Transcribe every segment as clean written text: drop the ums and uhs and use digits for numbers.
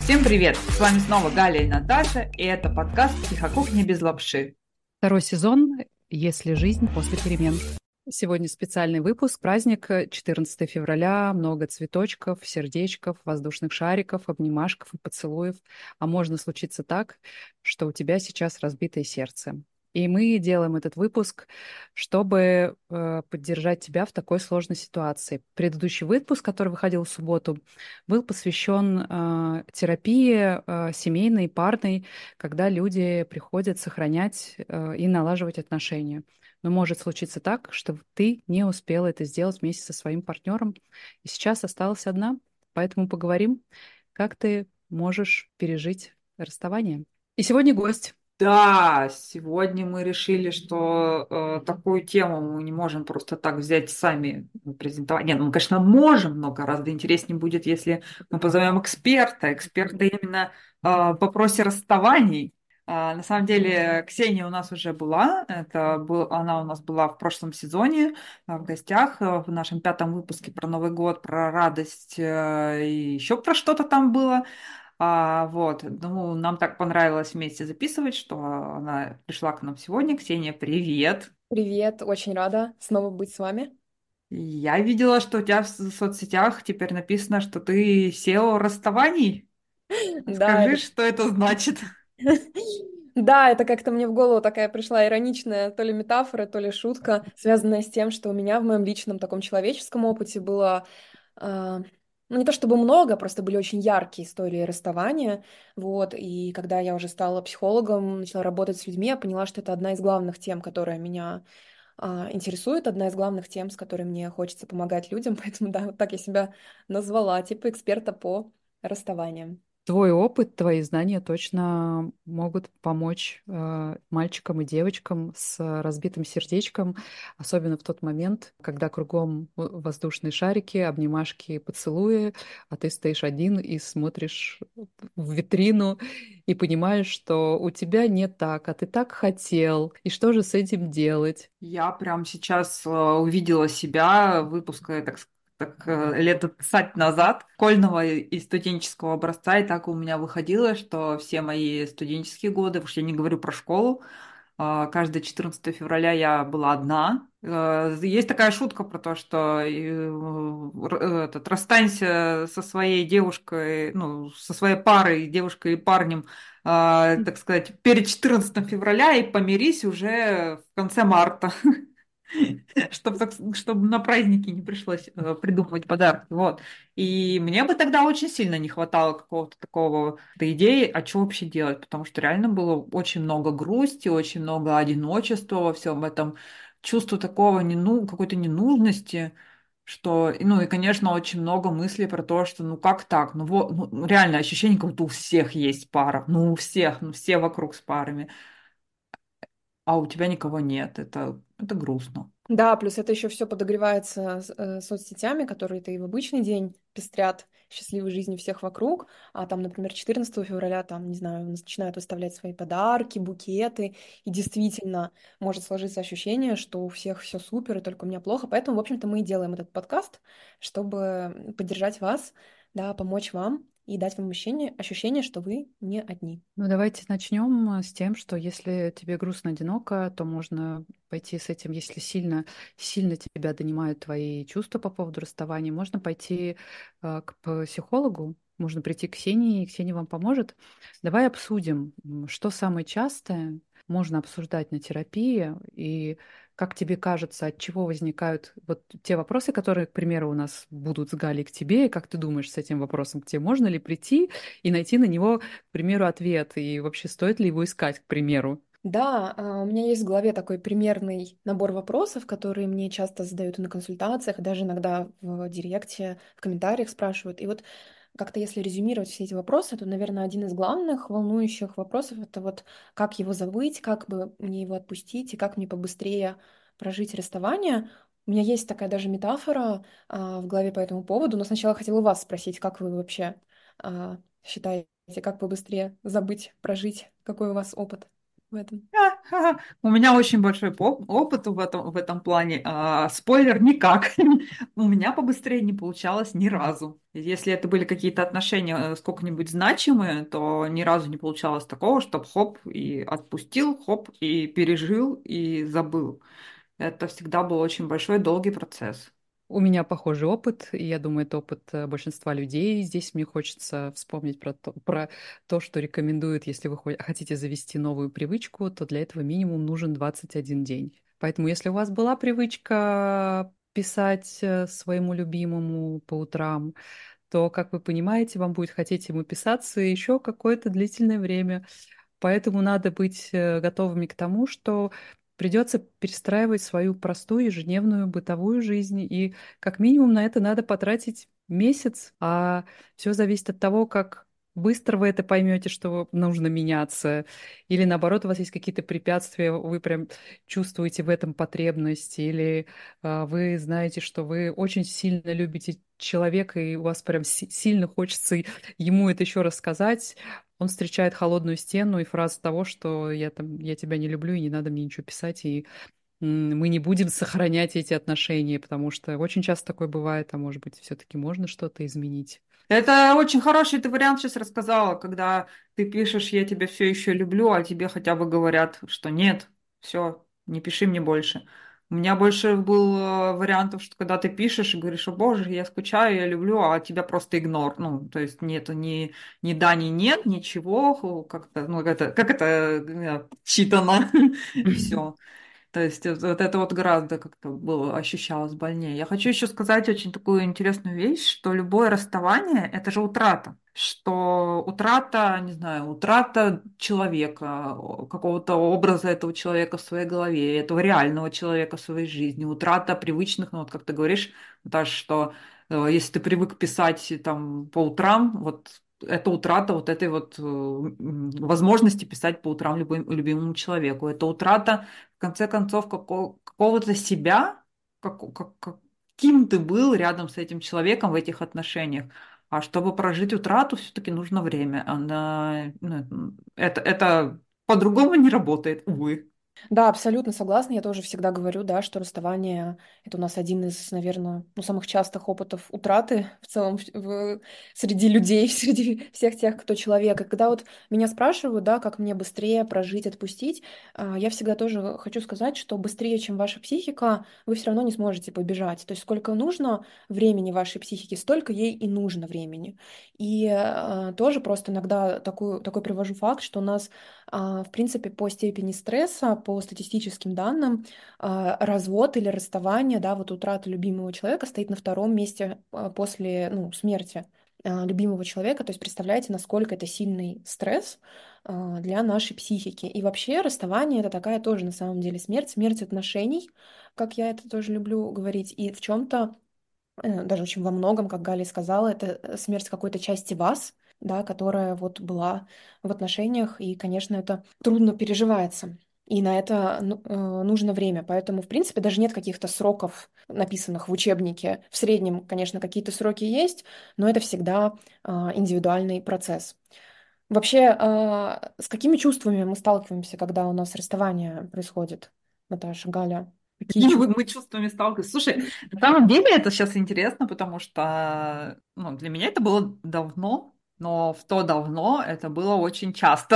Всем привет! С вами снова Галя и Наташа, и это подкаст «Психокухня без лапши». Второй сезон «Если жизнь после перемен». Сегодня специальный выпуск, праздник 14 февраля, много цветочков, сердечков, воздушных шариков, обнимашков и поцелуев. А можно случиться так, что у тебя сейчас разбитое сердце. И мы делаем этот выпуск, чтобы поддержать тебя в такой сложной ситуации. Предыдущий выпуск, который выходил в субботу, был посвящен терапии семейной, парной, когда люди приходят сохранять и налаживать отношения. Но может случиться так, что ты не успела это сделать вместе со своим партнером, и сейчас осталась одна. Поэтому поговорим, как ты можешь пережить расставание. И сегодня гость. Да, сегодня мы решили, что такую тему мы не можем просто так взять сами презентовать. Нет, ну, мы, конечно, можем, но гораздо интереснее будет, если мы позовем эксперта именно в вопросе расставаний. На самом деле, Ксения у нас уже была, она у нас была в прошлом сезоне в гостях в нашем пятом выпуске про Новый год, про радость и еще про что-то там было. Ну, нам так понравилось вместе записывать, что она пришла к нам сегодня. Ксения, привет! Привет, очень рада снова быть с вами. Я видела, что у тебя в соцсетях теперь написано, что ты SEO расставаний. Да, Скажи, что это значит? да, это как-то мне в голову такая пришла ироничная то ли метафора, то ли шутка, связанная с тем, что у меня в моем личном таком человеческом опыте было, а, ну не то чтобы много, просто были очень яркие истории расставания, вот, и когда я уже стала психологом, начала работать с людьми, я поняла, что это одна из главных тем, которая меня интересует, одна из главных тем, с которой мне хочется помогать людям, поэтому да, вот так я себя назвала, типа эксперта по расставаниям. Твой опыт, твои знания точно могут помочь мальчикам и девочкам с разбитым сердечком, особенно в тот момент, когда кругом воздушные шарики, обнимашки, поцелуи, а ты стоишь один и смотришь в витрину и понимаешь, что у тебя не так, а ты так хотел, и что же с этим делать? Я прям сейчас увидела себя, выпуска, лет 20 назад, школьного и студенческого образца, и так у меня выходило, что все мои студенческие годы, уж я не говорю про школу, каждое 14 февраля я была одна. Есть такая шутка про то, что расстанься со своей девушкой, ну, со своей парой, девушкой и парнем, так сказать, перед 14 февраля и помирись уже в конце марта. Чтобы на праздники не пришлось придумывать подарки. Вот. И мне бы тогда очень сильно не хватало какого-то такого идеи, а что вообще делать, потому что реально было очень много грусти, очень много одиночества во всем этом, чувство такого какой-то ненужности, что, ну и, конечно, очень много мыслей про то, что ну как так, ну вот, ну, реально ощущение, как будто у всех есть пара, ну у всех, ну все вокруг с парами, а у тебя никого нет, это грустно. Да, плюс это еще все подогревается соцсетями, которые ты и в обычный день пестрят счастливой жизнью всех вокруг, а там, например, 14 февраля, там, не знаю, начинают выставлять свои подарки, букеты, и действительно может сложиться ощущение, что у всех все супер, и только у меня плохо, поэтому, в общем-то, мы и делаем этот подкаст, чтобы поддержать вас, да, помочь вам и дать вам ощущение, что вы не одни. Ну, давайте начнем с тем, что если тебе грустно, одиноко, то можно пойти с этим, если сильно, сильно тебя донимают твои чувства по поводу расставания, можно пойти к психологу, можно прийти к Ксении, и Ксения вам поможет. Давай обсудим, что самое частое можно обсуждать на терапии, и как тебе кажется, от чего возникают вот те вопросы, которые, к примеру, у нас будут с Галей к тебе, и как ты думаешь с этим вопросом к тебе, можно ли прийти и найти на него, к примеру, ответ, и вообще стоит ли его искать, к примеру. Да, у меня есть в голове такой примерный набор вопросов, которые мне часто задают и на консультациях, и даже иногда в директе, в комментариях спрашивают. И вот как-то если резюмировать все эти вопросы, то, наверное, один из главных волнующих вопросов — это вот как его забыть, как бы мне его отпустить и как мне побыстрее прожить расставание. У меня есть такая даже метафора в голове по этому поводу, но сначала хотела вас спросить, как вы вообще считаете, как побыстрее забыть, прожить, какой у вас опыт в этом? У меня очень большой опыт в этом плане. Спойлер, никак. У меня побыстрее не получалось ни разу. Если это были какие-то отношения сколько-нибудь значимые, то ни разу не получалось такого, чтобы хоп, и отпустил, хоп, и пережил, и забыл. Это всегда был очень большой, долгий процесс. У меня похожий опыт, и я думаю, это опыт большинства людей. Здесь мне хочется вспомнить про то, что рекомендуют, если вы хотите завести новую привычку, то для этого минимум нужен 21 день. Поэтому если у вас была привычка писать своему любимому по утрам, то, как вы понимаете, вам будет хотеть ему писаться еще какое-то длительное время. Поэтому надо быть готовыми к тому, что придется перестраивать свою простую ежедневную бытовую жизнь. И как минимум на это надо потратить месяц, а все зависит от того, как быстро вы это поймете, что нужно меняться, или наоборот, у вас есть какие-то препятствия, вы прям чувствуете в этом потребность, или вы знаете, что вы очень сильно любите человека, и у вас прям сильно хочется ему это еще рассказать, он встречает холодную стену и фразу того, что я тебя не люблю, и не надо мне ничего писать, и мы не будем сохранять эти отношения, потому что очень часто такое бывает, а может быть, все-таки можно что-то изменить. Это очень хороший ты вариант сейчас рассказала, когда ты пишешь «я тебя все еще люблю», а тебе хотя бы говорят, что нет, все, не пиши мне больше. У меня больше был вариантов, что когда ты пишешь и говоришь, о боже, я скучаю, я люблю, а тебя просто игнор. Ну, то есть нету ни да, ни нет, ничего, как-то, ну, как это читано, все. То есть вот это вот гораздо как-то было, ощущалось больнее. Я хочу еще сказать очень такую интересную вещь, что любое расставание– это же утрата. Что утрата, не знаю, утрата человека, какого-то образа этого человека в своей голове, этого реального человека в своей жизни, утрата привычных, ну вот как ты говоришь, Наташа, что если ты привык писать там по утрам, вот это утрата вот этой вот возможности писать по утрам любимому человеку. Это утрата в конце концов, какого-то себя, каким ты был рядом с этим человеком в этих отношениях. А чтобы прожить утрату, все-таки нужно время. Ну, это по-другому не работает, увы. Да, абсолютно согласна. Я тоже всегда говорю, да, что расставание — это у нас один из, наверное, ну, самых частых опытов утраты в целом среди людей, среди всех тех, кто человек. И когда вот меня спрашивают, да, как мне быстрее прожить, отпустить, я всегда тоже хочу сказать, что быстрее, чем ваша психика, вы все равно не сможете побежать. То есть сколько нужно времени вашей психике, столько ей и нужно времени. И тоже просто иногда такой привожу факт, что у нас в принципе, по степени стресса, по статистическим данным, развод или расставание, да, вот утрата любимого человека стоит на втором месте после, ну, смерти любимого человека. То есть представляете, насколько это сильный стресс для нашей психики. И вообще расставание — это такая тоже на самом деле смерть отношений, как я это тоже люблю говорить, и в чем-то даже очень во многом, как Галя сказала, это смерть какой-то части вас, да, которая вот была в отношениях, и, конечно, это трудно переживается. И на это нужно время. Поэтому, в принципе, даже нет каких-то сроков, написанных в учебнике. В среднем, конечно, какие-то сроки есть, но это всегда индивидуальный процесс. Вообще, с какими чувствами мы сталкиваемся, когда у нас расставание происходит? Наташа, Галя, какие чувства? Мы чувствами сталкиваемся. Слушай, на самом деле это сейчас интересно, потому что ну, для меня это было давно, но в то давно это было очень часто.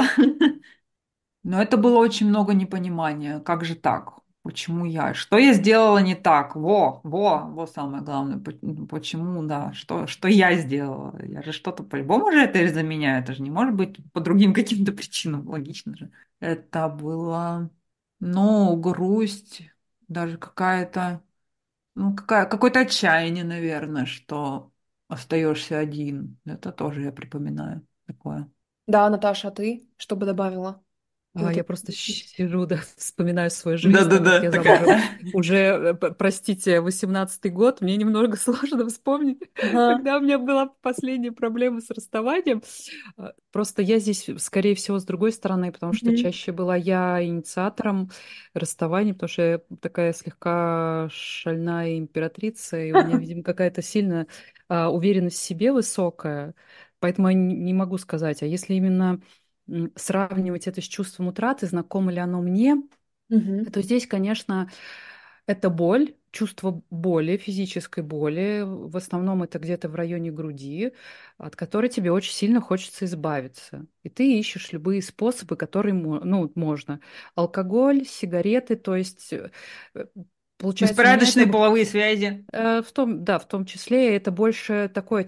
Но это было очень много непонимания. Как же так? Почему я? Что я сделала не так? Во самое главное. Почему, да, что я сделала? Я же что-то по-любому же это из-за меня. Это же не может быть по другим каким-то причинам. Логично же. Это было, ну, грусть, даже какая-то, ну, какое-то отчаяние, наверное, что остаешься один. Это тоже я припоминаю такое. Да, Наташа, а ты что бы добавила в Я эту просто дискуссию? сижу, да, вспоминаю свою жизнь, так как Да-да-да, я замужем такая. уже, простите, 18-й год, мне немного сложно вспомнить, Ага. когда у меня была последняя проблема с расставанием. Просто я здесь, скорее всего, с другой стороны, потому что Мгм. чаще была я инициатором расставания, потому что я такая слегка шальная императрица, и у меня, видимо, какая-то сильная уверенность в себе высокая, поэтому я не могу сказать. А если именно сравнивать это с чувством утраты, знакомо ли оно мне, Мгм. то здесь, конечно, это боль, чувство боли, физической боли. В основном это где-то в районе груди, от которой тебе очень сильно хочется избавиться. И ты ищешь любые способы, которые, ну, можно. Алкоголь, сигареты, то есть, получается, у меня Беспорядочные это половые связи. В том, да, в том числе это больше такое,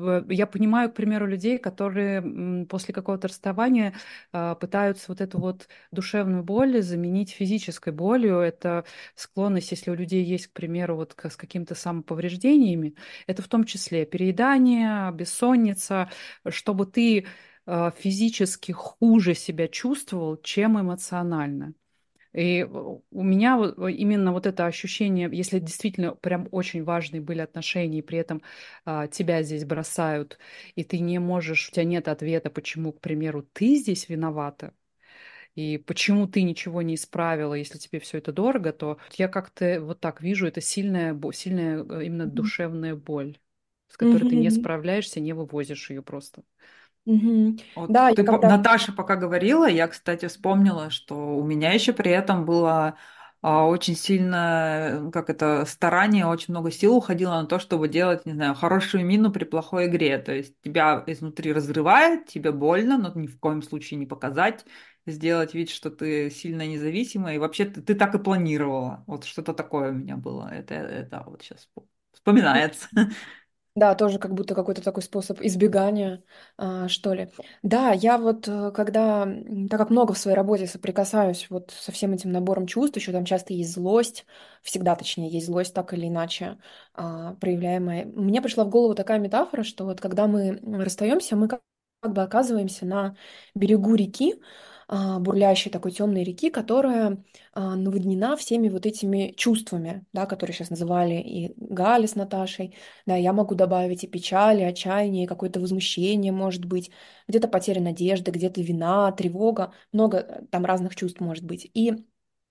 я понимаю, к примеру, людей, которые после какого-то расставания пытаются вот эту вот душевную боль заменить физической болью. Это склонность, если у людей есть, к примеру, вот с какими-то самоповреждениями, это в том числе переедание, бессонница, чтобы ты физически хуже себя чувствовал, чем эмоционально. И у меня именно вот это ощущение, если действительно прям очень важные были отношения, и при этом тебя здесь бросают, и ты не можешь, у тебя нет ответа, почему, к примеру, ты здесь виновата, и почему ты ничего не исправила, если тебе все это дорого, то я как-то вот так вижу, это сильная, сильная именно Мгм. душевная боль, с которой ты не Мгм. справляешься, не вывозишь ее просто. Мгм. Вот Да, я ты, когда... Наташа, пока говорила, я, кстати, вспомнила, что у меня еще при этом было очень сильно, как это, старание, очень много сил уходило на то, чтобы делать, не знаю, хорошую мину при плохой игре. То есть тебя изнутри разрывает, тебе больно, но ни в коем случае не показать, сделать вид, что ты сильно независима, и вообще ты так и планировала. Вот что-то такое у меня было. Это вот сейчас вспоминается. Да, тоже как будто какой-то такой способ избегания, что ли. Да, я вот когда, так как много в своей работе соприкасаюсь вот со всем этим набором чувств, еще там часто есть злость, всегда, точнее, есть злость так или иначе проявляемая. Мне пришла в голову такая метафора, что вот когда мы расстаемся, мы как бы оказываемся на берегу реки, бурлящей такой темной реки, которая наводнена всеми вот этими чувствами, да, которые сейчас называли и Галя с Наташей. Да, я могу добавить и печаль, и отчаяние, и какое-то возмущение, может быть, где-то потеря надежды, где-то вина, тревога, много там разных чувств может быть. И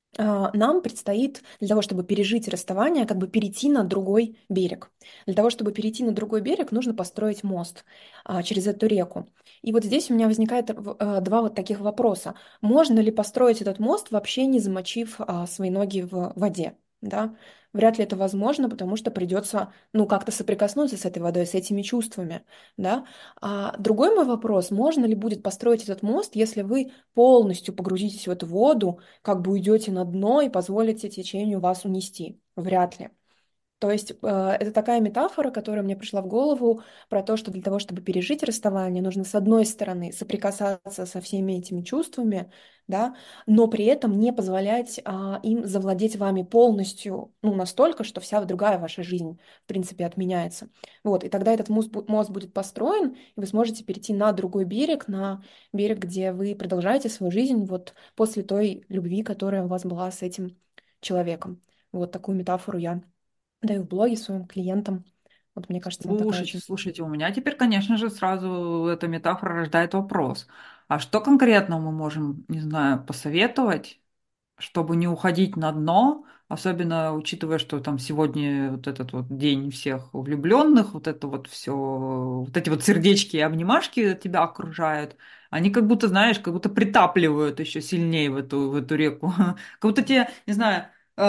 нам предстоит для того, чтобы пережить расставание, как бы перейти на другой берег. Для того, чтобы перейти на другой берег, нужно построить мост через эту реку. И вот здесь у меня возникает два вот таких вопроса. Можно ли построить этот мост, вообще не замочив свои ноги в воде? Да? Вряд ли это возможно, потому что придется, ну, как-то соприкоснуться с этой водой, с этими чувствами, да. А другой мой вопрос: можно ли будет построить этот мост, если вы полностью погрузитесь в эту воду, как бы уйдете на дно и позволите течению вас унести? Вряд ли. То есть это такая метафора, которая мне пришла в голову про то, что для того, чтобы пережить расставание, нужно с одной стороны соприкасаться со всеми этими чувствами, да, но при этом не позволять им завладеть вами полностью, ну, настолько, что вся другая ваша жизнь, в принципе, отменяется. Вот, и тогда этот мост будет построен, и вы сможете перейти на другой берег, на берег, где вы продолжаете свою жизнь вот после той любви, которая у вас была с этим человеком. Вот такую метафору я даю в блоге своим клиентам. Вот мне кажется, она такая Слушайте, очень... слушайте, у меня теперь, конечно же, сразу эта метафора рождает вопрос. А что конкретно мы можем, не знаю, посоветовать, чтобы не уходить на дно, особенно учитывая, что там сегодня вот этот вот день всех влюбленных, вот это вот все, вот эти вот сердечки и обнимашки тебя окружают, они как будто, знаешь, как будто притапливают еще сильнее в эту реку. Как будто тебе, не знаю,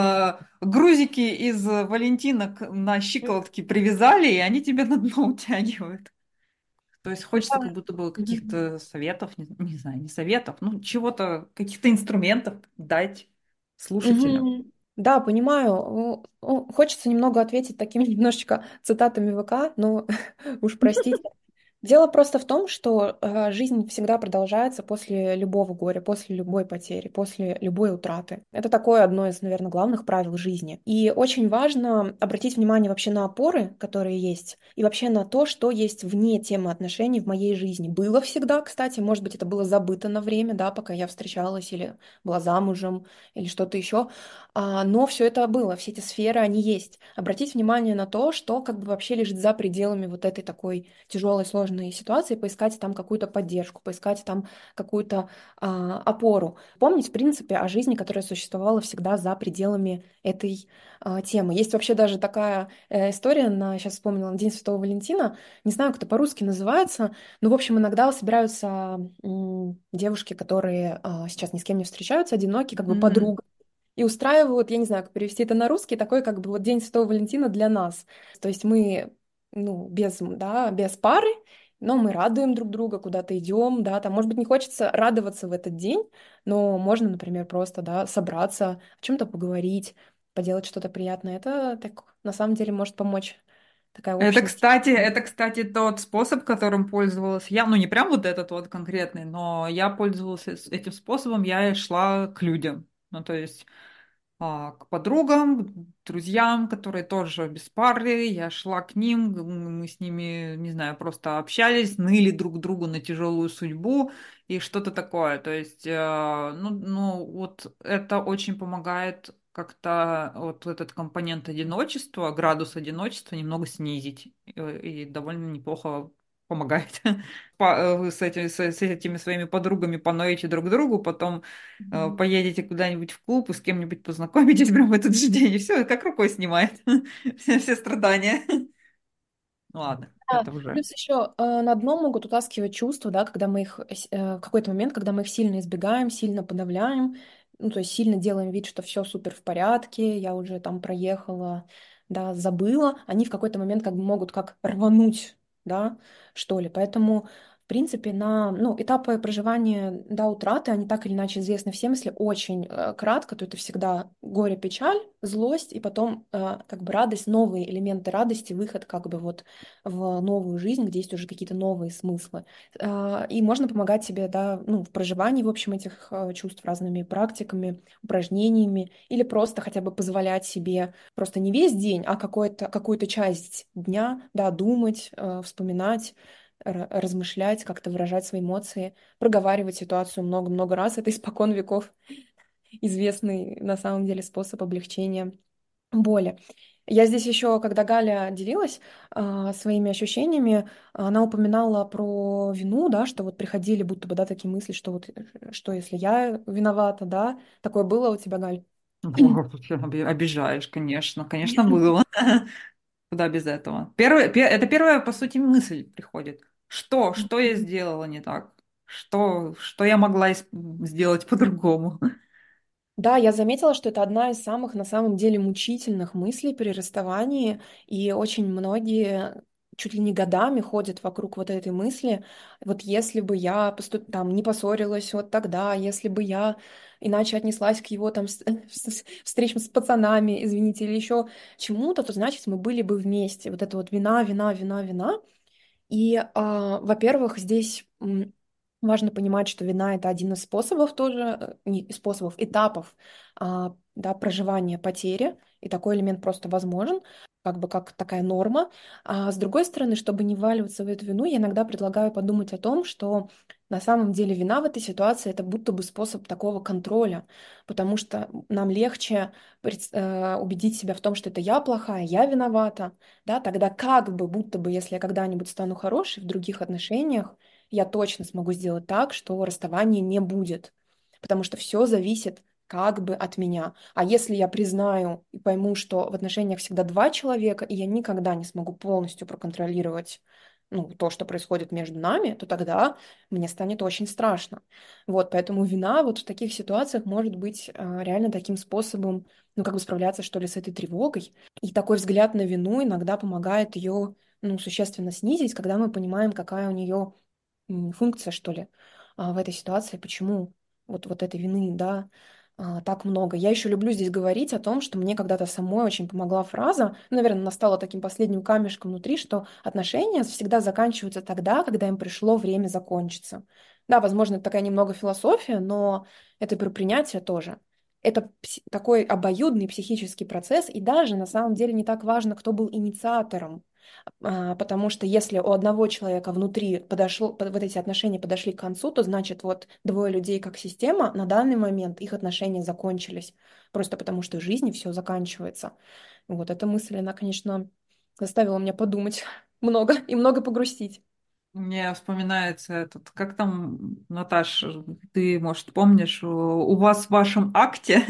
грузики из валентинок на щиколотки привязали, и они тебя на дно утягивают. То есть хочется как будто бы Мгм. каких-то советов, не знаю, не советов, ну чего-то, каких-то инструментов дать слушателям. Мгм. Да, понимаю. Хочется немного ответить такими немножечко цитатами ВК, но уж простите. Дело просто в том, что жизнь всегда продолжается после любого горя, после любой потери, после любой утраты. Это такое одно из, наверное, главных правил жизни. И очень важно обратить внимание вообще на опоры, которые есть, и вообще на то, что есть вне темы отношений в моей жизни. Было всегда, кстати, может быть, это было забыто на время, да, пока я встречалась или была замужем, или что-то еще. Но все это было, все эти сферы, они есть. Обратить внимание на то, что как бы вообще лежит за пределами вот этой такой тяжелой, сложной сложной ситуации, поискать там какую-то поддержку, поискать там какую-то опору. Помнить, в принципе, о жизни, которая существовала всегда за пределами этой темы. Есть вообще даже такая история, сейчас вспомнила, на День Святого Валентина, не знаю, как это по-русски называется, но, в общем, иногда собираются девушки, которые сейчас ни с кем не встречаются, одиноки, как бы Мгм. подруга, и устраивают, я не знаю, как перевести это на русский, такой как бы вот День Святого Валентина для нас. То есть мы, ну, без, да, без пары, но мы радуем друг друга, куда-то идем, да, там, может быть, не хочется радоваться в этот день, но можно, например, просто, да, собраться, о чем-то поговорить, поделать что-то приятное. Это так, на самом деле, может помочь такая общность. Это, кстати, тот способ, которым пользовалась я. Ну, не прям вот этот вот конкретный, но я пользовалась этим способом, я и шла к людям. Ну, то есть к подругам, к друзьям, которые тоже без пары. Я шла к ним, мы с ними, не знаю, просто общались, ныли друг другу на тяжелую судьбу и что-то такое. То есть, ну, вот это очень помогает как-то вот этот компонент одиночества, градус одиночества немного снизить. И довольно неплохо помогает. Вы с этими своими подругами поноете друг другу, потом Мгм. поедете куда-нибудь в клуб и с кем-нибудь познакомитесь прямо в этот же день, и все, как рукой снимает все страдания. Ну ладно, Да, это уже. плюс еще на дно могут утаскивать чувства, да, когда мы их в какой-то момент, когда мы их сильно избегаем, сильно подавляем, ну, то есть сильно делаем вид, что все супер в порядке, я уже там проехала, да, забыла, они в какой-то момент как бы могут как рвануть, да, что ли. Поэтому, в принципе, ну, этапы проживания, да, утраты, они так или иначе известны всем, если очень кратко, то это всегда горе, печаль, злость, и потом как бы радость, новые элементы радости, выход как бы вот в новую жизнь, где есть уже какие-то новые смыслы. И можно помогать себе, да, ну, в проживании, в общем, этих чувств разными практиками, упражнениями, или просто хотя бы позволять себе просто не весь день, а какую-то часть дня, да, думать, вспоминать, размышлять, как-то выражать свои эмоции, проговаривать ситуацию много-много раз. Это испокон веков известный на самом деле способ облегчения боли. Я здесь еще, когда Галя делилась своими ощущениями, она упоминала про вину, да, что вот приходили будто бы, да, такие мысли, что вот, что если я виновата, да, такое было у тебя, Галь? О, обижаешь, конечно, конечно, было. Куда без этого? Это первая, по сути, мысль приходит. Что я сделала не так? Что я могла сделать по-другому? Да, я заметила, что это одна из самых, на самом деле, мучительных мыслей при расставании, и очень многие чуть ли не годами ходят вокруг вот этой мысли. Вот если бы я там не поссорилась вот тогда, если бы я иначе отнеслась к его там встречам с пацанами, извините, или еще чему-то, то значит мы были бы вместе. Вот это вот вина, вина, вина, вина. И, во-первых, здесь важно понимать, что вина — это один из способов тоже, не способов, этапов, да, проживания потери, и такой элемент просто возможен, как бы как такая норма. А с другой стороны, чтобы не вваливаться в эту вину, я иногда предлагаю подумать о том, что на самом деле вина в этой ситуации — это будто бы способ такого контроля, потому что нам легче убедить себя в том, что это я плохая, я виновата, да, тогда как бы, будто бы, если я когда-нибудь стану хорошей в других отношениях, я точно смогу сделать так, что расставания не будет, потому что все зависит как бы от меня. А если я признаю и пойму, что в отношениях всегда два человека, и я никогда не смогу полностью проконтролировать, ну, то, что происходит между нами, то тогда мне станет очень страшно. Вот, поэтому вина вот в таких ситуациях может быть реально таким способом, ну, как бы справляться, что ли, с этой тревогой. И такой взгляд на вину иногда помогает ее, ну, существенно снизить, когда мы понимаем, какая у нее функция, что ли, в этой ситуации, почему вот этой вины, да, так много. Я еще люблю здесь говорить о том, что мне когда-то самой очень помогла фраза, ну, наверное, она стала таким последним камешком внутри, что отношения всегда заканчиваются тогда, когда им пришло время закончиться. Да, возможно, это такая немного философия, но это про принятие тоже. Это такой обоюдный психический процесс, и даже на самом деле не так важно, кто был инициатором. Потому что если у одного человека внутри вот эти отношения подошли к концу, то значит вот двое людей как система, на данный момент их отношения закончились. Просто потому что в жизни все заканчивается. Вот эта мысль, она, конечно, заставила меня подумать много и много погрустить. Мне вспоминается этот, как там, Наташ, ты, может, помнишь, у вас в вашем акте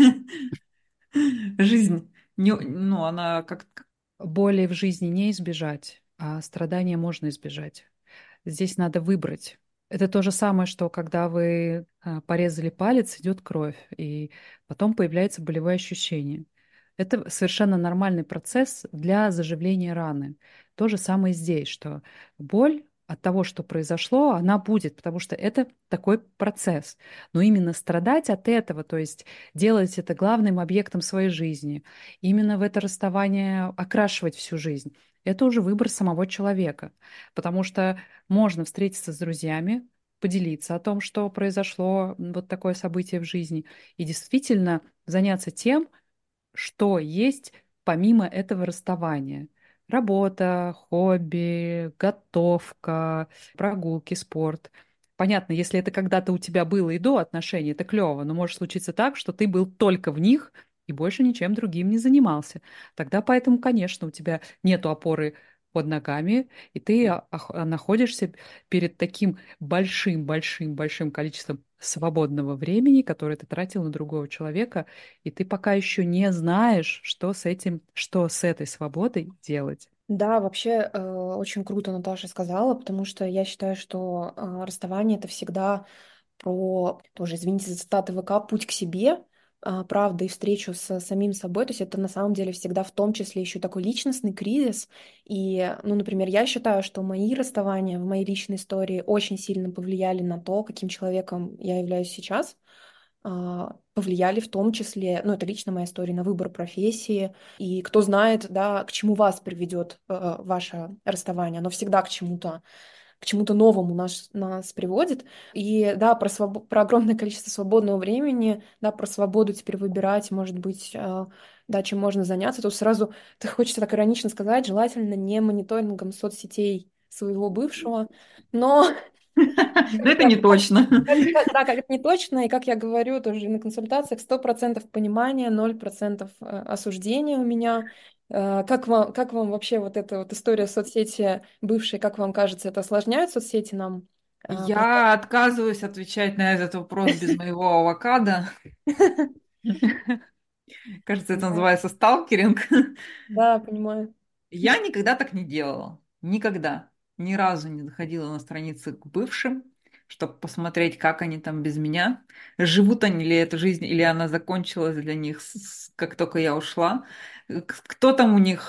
жизнь, ну, она как... Боли в жизни не избежать, а страдания можно избежать. Здесь надо выбрать. Это то же самое, что когда вы порезали палец, идет кровь, и потом появляется болевое ощущение. Это совершенно нормальный процесс для заживления раны. То же самое здесь, что боль от того, что произошло, она будет, потому что это такой процесс. Но именно страдать от этого, то есть делать это главным объектом своей жизни, именно в это расставание окрашивать всю жизнь, это уже выбор самого человека. Потому что можно встретиться с друзьями, поделиться о том, что произошло, вот такое событие в жизни, и действительно заняться тем, что есть помимо этого расставания. Работа, хобби, готовка, прогулки, спорт. Понятно, если это когда-то у тебя было и до отношений, это клево, но может случиться так, что ты был только в них и больше ничем другим не занимался. Тогда поэтому, конечно, у тебя нету опоры под ногами, и ты находишься перед таким большим количеством свободного времени, которое ты тратил на другого человека, и ты пока еще не знаешь, что с этим, что с этой свободой делать. Да, вообще очень круто Наташа сказала, потому что я считаю, что расставание это всегда про, тоже, извините за цитаты ВК, путь к себе, правда, и встречу с самим собой. То есть это на самом деле всегда в том числе еще такой личностный кризис. И, ну, например, я считаю, что мои расставания в моей личной истории очень сильно повлияли на то, каким человеком я являюсь сейчас, повлияли в том числе, ну, это лично моя история, на выбор профессии. И кто знает, да, к чему вас приведет ваше расставание. Оно всегда к чему-то новому нас приводит. И да, про огромное количество свободного времени, да, про свободу теперь выбирать, может быть, да, чем можно заняться. Тут сразу, ты хочется так иронично сказать, желательно не мониторингом соцсетей своего бывшего, но Но это не точно. да, как это не точно, и как я говорю тоже на консультациях, 100% понимания, 0% осуждения у меня. Как вам вообще вот эта вот история соцсети бывшей, как вам кажется, это осложняют соцсети нам? Я отказываюсь отвечать на этот вопрос без моего авокадо. Кажется, это Да, называется сталкеринг. да, понимаю. Я никогда так не делала. Никогда. Ни разу не заходила на страницы к бывшим, чтобы посмотреть, как они там без меня. Живут они ли эту жизнь, или она закончилась для них, как только я ушла. Кто там у них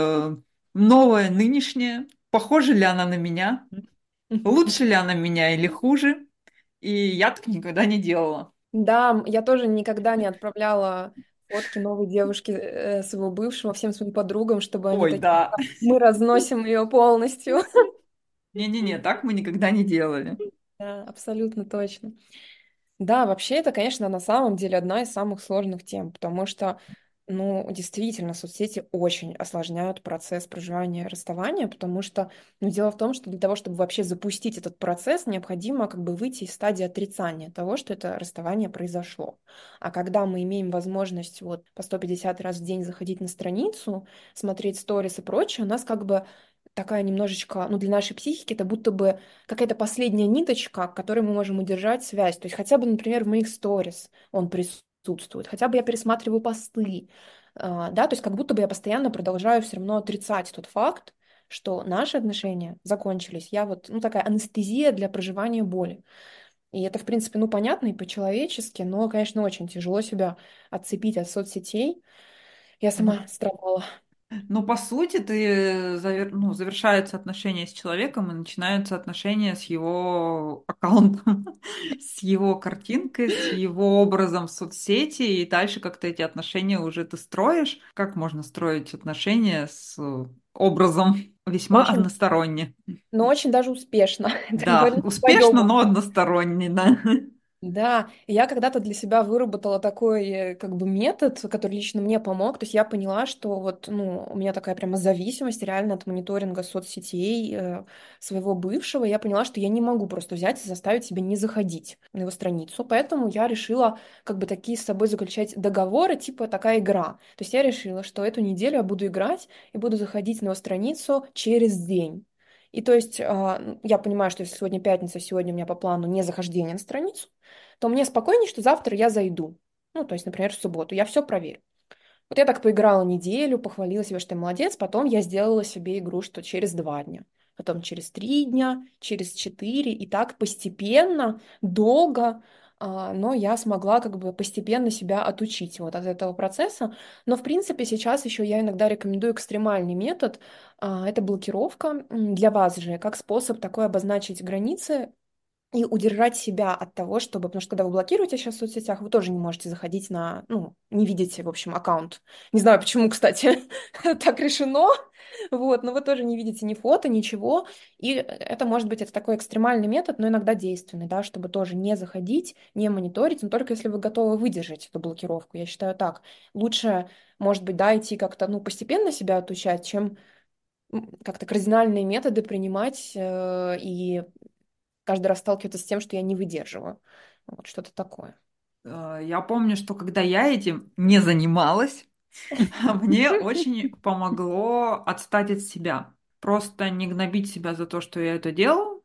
новое, нынешнее? Похожа ли она на меня? Лучше ли она меня или хуже? И я так никогда не делала. Да, я тоже никогда не отправляла фотки новой девушки своего бывшего всем своим подругам, чтобы они Ой, такие, да. мы разносим ее полностью. Не-не-не, так мы никогда не делали. Да, абсолютно точно. Да, вообще это, конечно, на самом деле одна из самых сложных тем, потому что, ну, действительно, соцсети очень осложняют процесс проживания расставания, потому что, ну, дело в том, что для того, чтобы вообще запустить этот процесс, необходимо как бы выйти из стадии отрицания того, что это расставание произошло. А когда мы имеем возможность вот по 150 раз в день заходить на страницу, смотреть сторис и прочее, у нас как бы такая немножечко, ну, для нашей психики это будто бы какая-то последняя ниточка, к которой мы можем удержать связь. То есть хотя бы, например, в моих сторис он присутствует, хотя бы я пересматриваю посты, да, то есть как будто бы я постоянно продолжаю все равно отрицать тот факт, что наши отношения закончились. Я вот, ну, такая анестезия для проживания боли. И это, в принципе, ну, понятно и по-человечески, но, конечно, очень тяжело себя отцепить от соцсетей. Я Ну, сама страдала. ну, по сути, ну, завершаются отношения с человеком и начинаются отношения с его аккаунтом, с его картинкой, с его образом в соцсети, и дальше как-то эти отношения уже ты строишь. Как можно строить отношения с образом весьма Очень, односторонне? но очень даже успешно. Это Да, говорит о успешно, своем. но односторонне, да. Да, и я когда-то для себя выработала такой как бы метод, который лично мне помог. То есть я поняла, что вот, ну, у меня такая прямо зависимость реально от мониторинга соцсетей своего бывшего. Я поняла, что я не могу просто взять и заставить себя не заходить на его страницу. Поэтому я решила как бы такие с собой заключать договоры, типа такая игра. То есть я решила, что эту неделю я буду играть и буду заходить на его страницу через день. И то есть я понимаю, что если сегодня пятница, сегодня у меня по плану не захождение на страницу, то мне спокойнее, что завтра я зайду. Ну, то есть, например, в субботу. Я все проверю. Вот я так поиграла неделю, похвалила себя, что я молодец, потом я сделала себе игру, что через 2 дня, потом через 3 дня, через 4, и так постепенно, долго, но я смогла как бы постепенно себя отучить вот от этого процесса. Но, в принципе, сейчас еще я иногда рекомендую экстремальный метод, это блокировка для вас же, как способ такой обозначить границы, и удержать себя от того, чтобы... Потому что когда вы блокируете сейчас в соцсетях, вы тоже не можете заходить на... Ну, не видите, в общем, аккаунт. Не знаю, почему, кстати, так решено. Вот, но вы тоже не видите ни фото, ничего. И это, может быть, это такой экстремальный метод, но иногда действенный, да, чтобы тоже не заходить, не мониторить, но только если вы готовы выдержать эту блокировку. Я считаю так. Лучше, может быть, да, идти как-то, ну, постепенно себя отучать, чем как-то кардинальные методы принимать и каждый раз сталкиваться с тем, что я не выдерживаю. Вот что-то такое. Я помню, что когда я этим не занималась, мне очень помогло отстать от себя. Просто не гнобить себя за то, что я это делаю,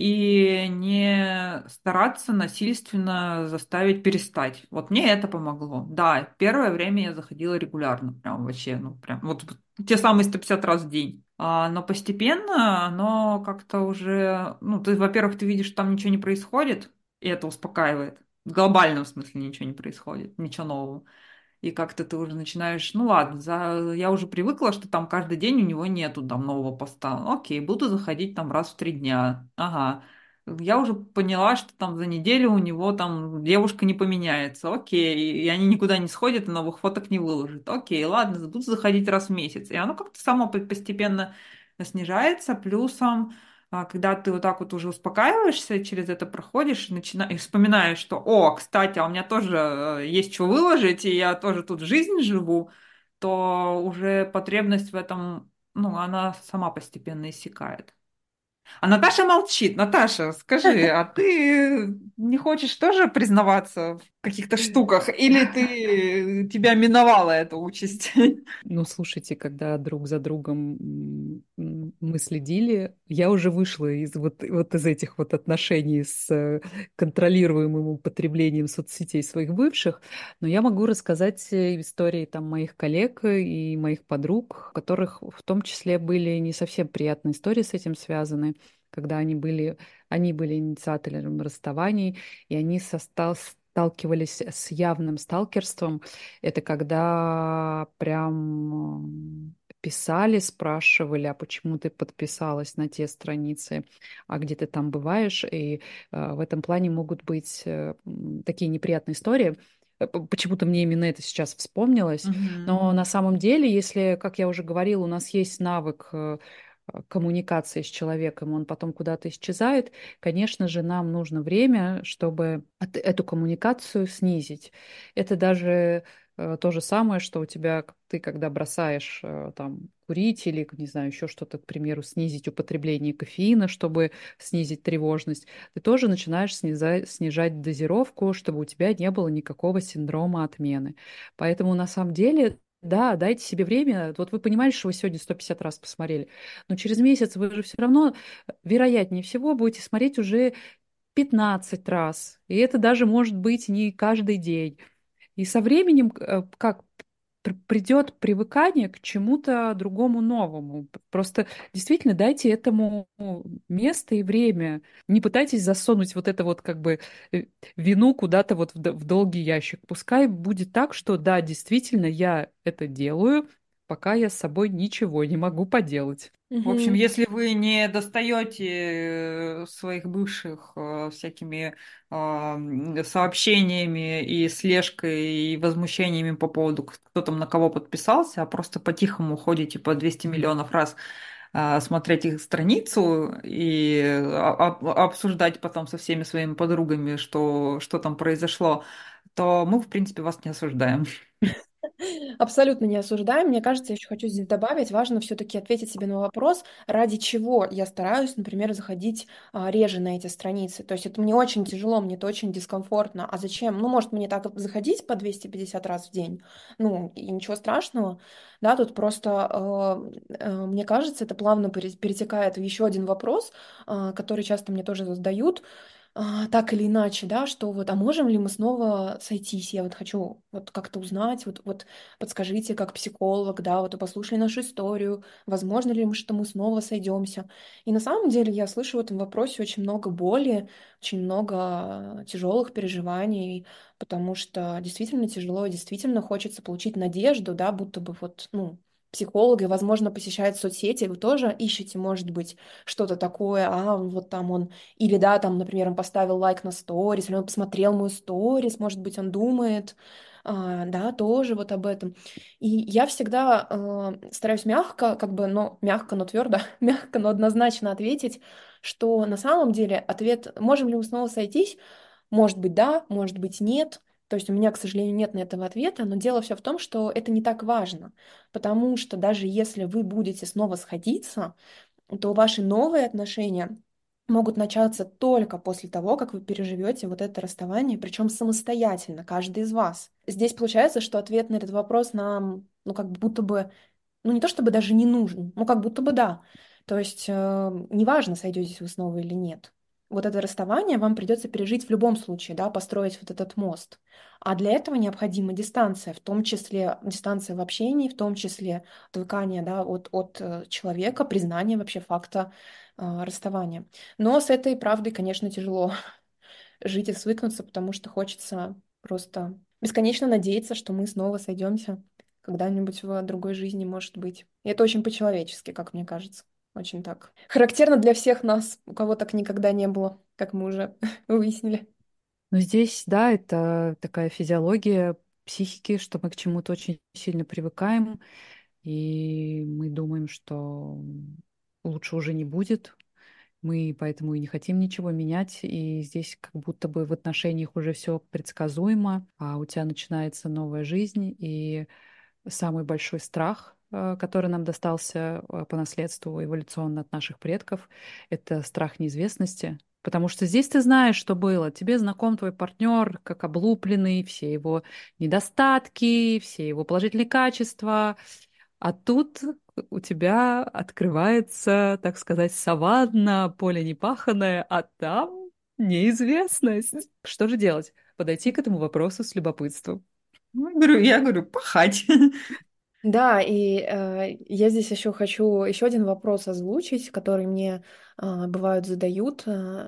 и не стараться насильственно заставить перестать. Вот мне это помогло. Да, первое время я заходила регулярно, прям вообще, ну прям вот те самые 150 раз в день. Но постепенно оно как-то уже, ну, ты, во-первых, ты видишь, что там ничего не происходит, и это успокаивает. В глобальном смысле ничего не происходит, ничего нового. И как-то ты уже начинаешь, ну ладно, я уже привыкла, что там каждый день у него нету там нового поста. Окей, буду заходить там раз в 3 дня. Ага. Я уже поняла, что там за неделю у него там девушка не поменяется. Окей. И они никуда не сходят и новых фоток не выложат. Окей, ладно, буду заходить раз в месяц. И оно как-то само постепенно снижается. Плюсом когда ты вот так вот уже успокаиваешься, через это проходишь, и вспоминаешь, что, о, кстати, а у меня тоже есть что выложить, и я тоже тут жизнь живу, то уже потребность в этом, ну, она сама постепенно иссякает. А Наташа молчит. Наташа, скажи, а ты не хочешь тоже признаваться в каких-то штуках, или тебя миновала эта участь? Ну, слушайте, когда друг за другом мы следили, я уже вышла из вот из этих вот отношений с контролируемым употреблением соцсетей своих бывших, но я могу рассказать истории там моих коллег и моих подруг, у которых в том числе были не совсем приятные истории с этим связаны, когда они были инициатором расставаний, и они сталкивались с явным сталкерством. Это когда прям писали, спрашивали, а почему ты подписалась на те страницы, а где ты там бываешь. И в этом плане могут быть такие неприятные истории. Почему-то мне именно это сейчас вспомнилось. Мгм. Но на самом деле, если, как я уже говорила, у нас есть навык коммуникации с человеком, он потом куда-то исчезает, конечно же, нам нужно время, чтобы эту коммуникацию снизить. Это даже то же самое, что у тебя, ты когда бросаешь там курить или, не знаю, еще что-то, к примеру, снизить употребление кофеина, чтобы снизить тревожность, ты тоже начинаешь снижать дозировку, чтобы у тебя не было никакого синдрома отмены. Поэтому на самом деле да, дайте себе время. Вот вы понимаете, что вы сегодня 150 раз посмотрели, но через месяц вы же все равно, вероятнее всего, будете смотреть уже 15 раз. И это даже может быть не каждый день. И со временем, как придет привыкание к чему-то другому новому. Просто действительно дайте этому место и время. Не пытайтесь засунуть вот это вот как бы э, вину куда-то вот в долгий ящик. Пускай будет так, что да, действительно, я это делаю, пока я с собой ничего не могу поделать. В общем, Мгм. если вы не достаете своих бывших всякими сообщениями и слежкой и возмущениями по поводу, кто там на кого подписался, а просто по-тихому ходите по 200 миллионов раз смотреть их страницу и обсуждать потом со всеми своими подругами, что там произошло, то мы, в принципе, вас не осуждаем. Абсолютно не осуждаем. Мне кажется, я еще хочу здесь добавить, важно все-таки ответить себе на вопрос, ради чего я стараюсь, например, заходить реже на эти страницы. То есть это мне очень тяжело, мне это очень дискомфортно. А зачем? Ну, может, мне так заходить по 250 раз в день? Ну, и ничего страшного. Да, тут просто, мне кажется, это плавно перетекает в еще один вопрос, который часто мне тоже задают, так или иначе, да, что вот, а можем ли мы снова сойтись? Я вот хочу вот как-то узнать, вот подскажите, как психолог, да, вот вы послушали нашу историю, возможно ли что мы снова сойдемся? И на самом деле я слышу в этом вопросе очень много боли, очень много тяжелых переживаний, потому что действительно тяжело, и действительно хочется получить надежду, да, будто бы вот, ну, психолога, и, возможно, посещает соцсети, вы тоже ищете, может быть, что-то такое, вот там он или, да, там, например, он поставил лайк на сторис, или он посмотрел мою сторис, может быть, он думает, да, тоже вот об этом. И я всегда стараюсь мягко, как бы, но мягко, но твердо, мягко, но однозначно ответить, что на самом деле ответ, можем ли мы снова сойтись, может быть, да, может быть, нет. То есть у меня, к сожалению, нет на этого ответа, но дело все в том, что это не так важно, потому что даже если вы будете снова сходиться, то ваши новые отношения могут начаться только после того, как вы переживете вот это расставание, причем самостоятельно, каждый из вас. Здесь получается, что ответ на этот вопрос нам, ну, как будто бы, ну, не то чтобы даже не нужен, ну, как будто бы да. То есть неважно, сойдетесь вы снова или нет. Вот это расставание вам придется пережить в любом случае, да, построить вот этот мост. А для этого необходима дистанция, в том числе дистанция в общении, в том числе отвыкание, да, от человека, признание вообще факта расставания. Но с этой правдой, конечно, тяжело жить и свыкнуться, потому что хочется просто бесконечно надеяться, что мы снова сойдемся когда-нибудь в другой жизни, может быть. И это очень по-человечески, как мне кажется. Очень так. Характерно для всех нас, у кого так никогда не было, как мы уже выяснили. Но здесь, да, это такая физиология психики, что мы к чему-то очень сильно привыкаем, и мы думаем, что лучше уже не будет. Мы поэтому и не хотим ничего менять, и здесь как будто бы в отношениях уже все предсказуемо, а у тебя начинается новая жизнь, и самый большой страх, который нам достался по наследству эволюционно от наших предков, это страх неизвестности. Потому что здесь ты знаешь, что было. Тебе знаком твой партнер как облупленный, все его недостатки, все его положительные качества. А тут у тебя открывается, так сказать, саванна, поле непаханое, а там неизвестность. Что же делать? Подойти к этому вопросу с любопытством. Ну, я говорю, пахать. Да, и я здесь еще хочу еще один вопрос озвучить, который мне бывают задают,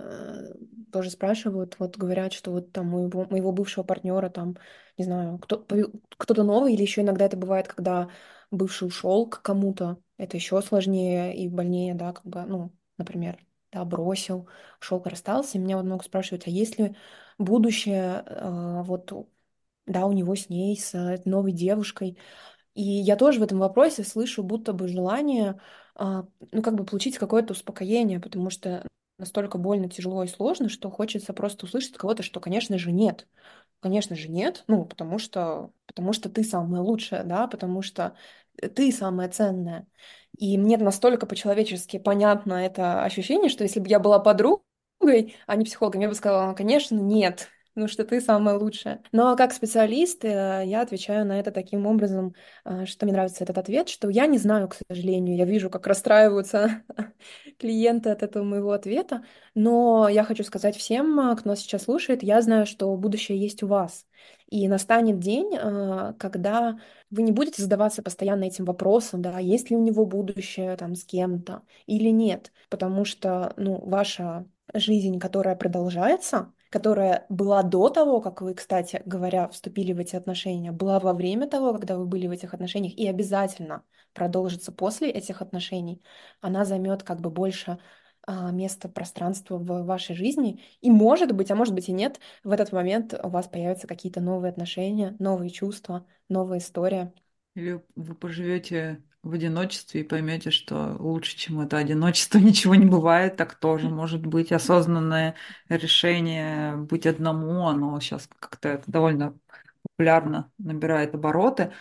тоже спрашивают, вот говорят, что вот там моего бывшего партнера там, не знаю, кто-то новый, или еще иногда это бывает, когда бывший ушел к кому-то, это еще сложнее и больнее, да, как бы, ну, например, да, бросил, ушел, расстался, и меня вот много спрашивают, а есть ли будущее, вот, да, у него с ней, с новой девушкой, и я тоже в этом вопросе слышу будто бы желание, ну, как бы получить какое-то успокоение, потому что настолько больно, тяжело и сложно, что хочется просто услышать от кого-то, что, конечно же, нет. Конечно же, нет, ну, потому что ты самая лучшая, да, потому что ты самая ценная. И мне настолько по-человечески понятно это ощущение, что если бы я была подругой, а не психологом, я бы сказала, конечно, нет, потому что ты самая лучшая. Но как специалист я отвечаю на это таким образом, что мне нравится этот ответ, что я не знаю, к сожалению, я вижу, как расстраиваются клиенты от этого моего ответа, но я хочу сказать всем, кто нас сейчас слушает, я знаю, что будущее есть у вас. И настанет день, когда вы не будете задаваться постоянно этим вопросом, да, есть ли у него будущее там с кем-то или нет, потому что, ну, ваша жизнь, которая продолжается, которая была до того, как вы, кстати говоря, вступили в эти отношения, была во время того, когда вы были в этих отношениях, и обязательно продолжится после этих отношений, она займет как бы больше места, пространства в вашей жизни. И может быть, а может быть и нет, в этот момент у вас появятся какие-то новые отношения, новые чувства, новая история. Или вы поживете в одиночестве и поймете, что лучше, чем это одиночество, ничего не бывает. Так тоже может быть. Осознанное решение быть одному, оно сейчас как-то это довольно популярно набирает обороты.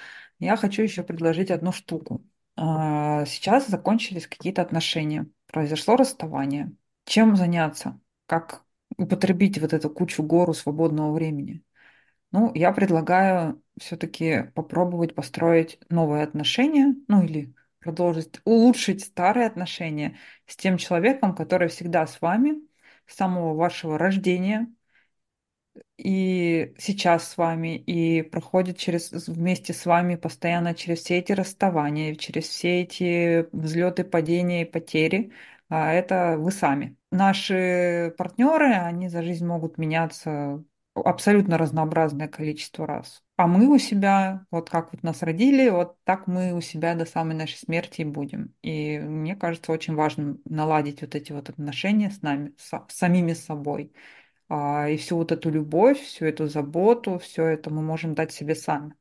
Я хочу еще предложить одну штуку. Сейчас закончились какие-то отношения, произошло расставание. Чем заняться? Как употребить вот эту гору свободного времени? Ну, я предлагаю все-таки попробовать построить новые отношения, ну или продолжить, улучшить старые отношения с тем человеком, который всегда с вами, с самого вашего рождения, и сейчас с вами, и проходит вместе с вами постоянно через все эти расставания, через все эти взлеты, падения и потери. Это вы сами. Наши партнеры, они за жизнь могут меняться абсолютно разнообразное количество раз. А мы у себя, вот как вот нас родили, вот так мы у себя до самой нашей смерти и будем. И мне кажется, очень важно наладить вот эти вот отношения с нами, с самими собой. И всю вот эту любовь, всю эту заботу, все это мы можем дать себе сами.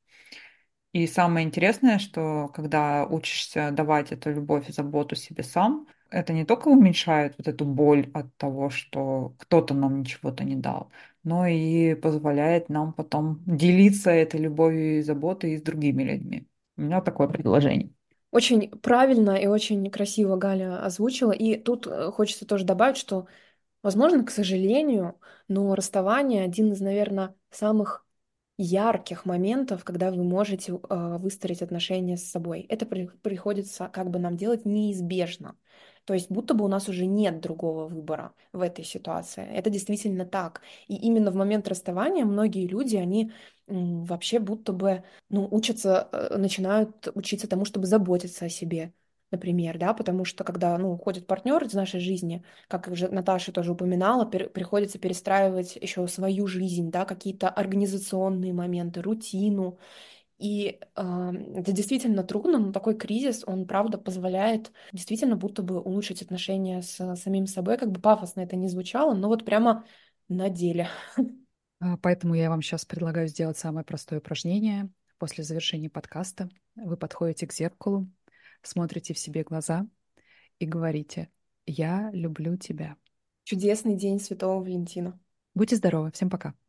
И самое интересное, что когда учишься давать эту любовь и заботу себе сам, это не только уменьшает вот эту боль от того, что кто-то нам ничего-то не дал, но и позволяет нам потом делиться этой любовью и заботой и с другими людьми. У меня такое предложение. Очень правильно и очень красиво Галя озвучила. И тут хочется тоже добавить, что, возможно, к сожалению, но расставание один из, наверное, самых ярких моментов, когда вы можете выстроить отношения с собой. Это приходится как бы нам делать неизбежно. То есть будто бы у нас уже нет другого выбора в этой ситуации. Это действительно так. И именно в момент расставания многие люди, они вообще будто бы учатся, начинают учиться тому, чтобы заботиться о себе, например, да, потому что когда, уходит партнер из нашей жизни, как уже Наташа тоже упоминала, приходится перестраивать еще свою жизнь, да, какие-то организационные моменты, рутину. И это действительно трудно, но такой кризис, он, правда, позволяет действительно будто бы улучшить отношения с самим собой, как бы пафосно это не звучало, но вот прямо на деле. Поэтому я вам сейчас предлагаю сделать самое простое упражнение. После завершения подкаста вы подходите к зеркалу, смотрите в себе глаза и говорите: «Я люблю тебя». Чудесный день Святого Валентина. Будьте здоровы. Всем пока.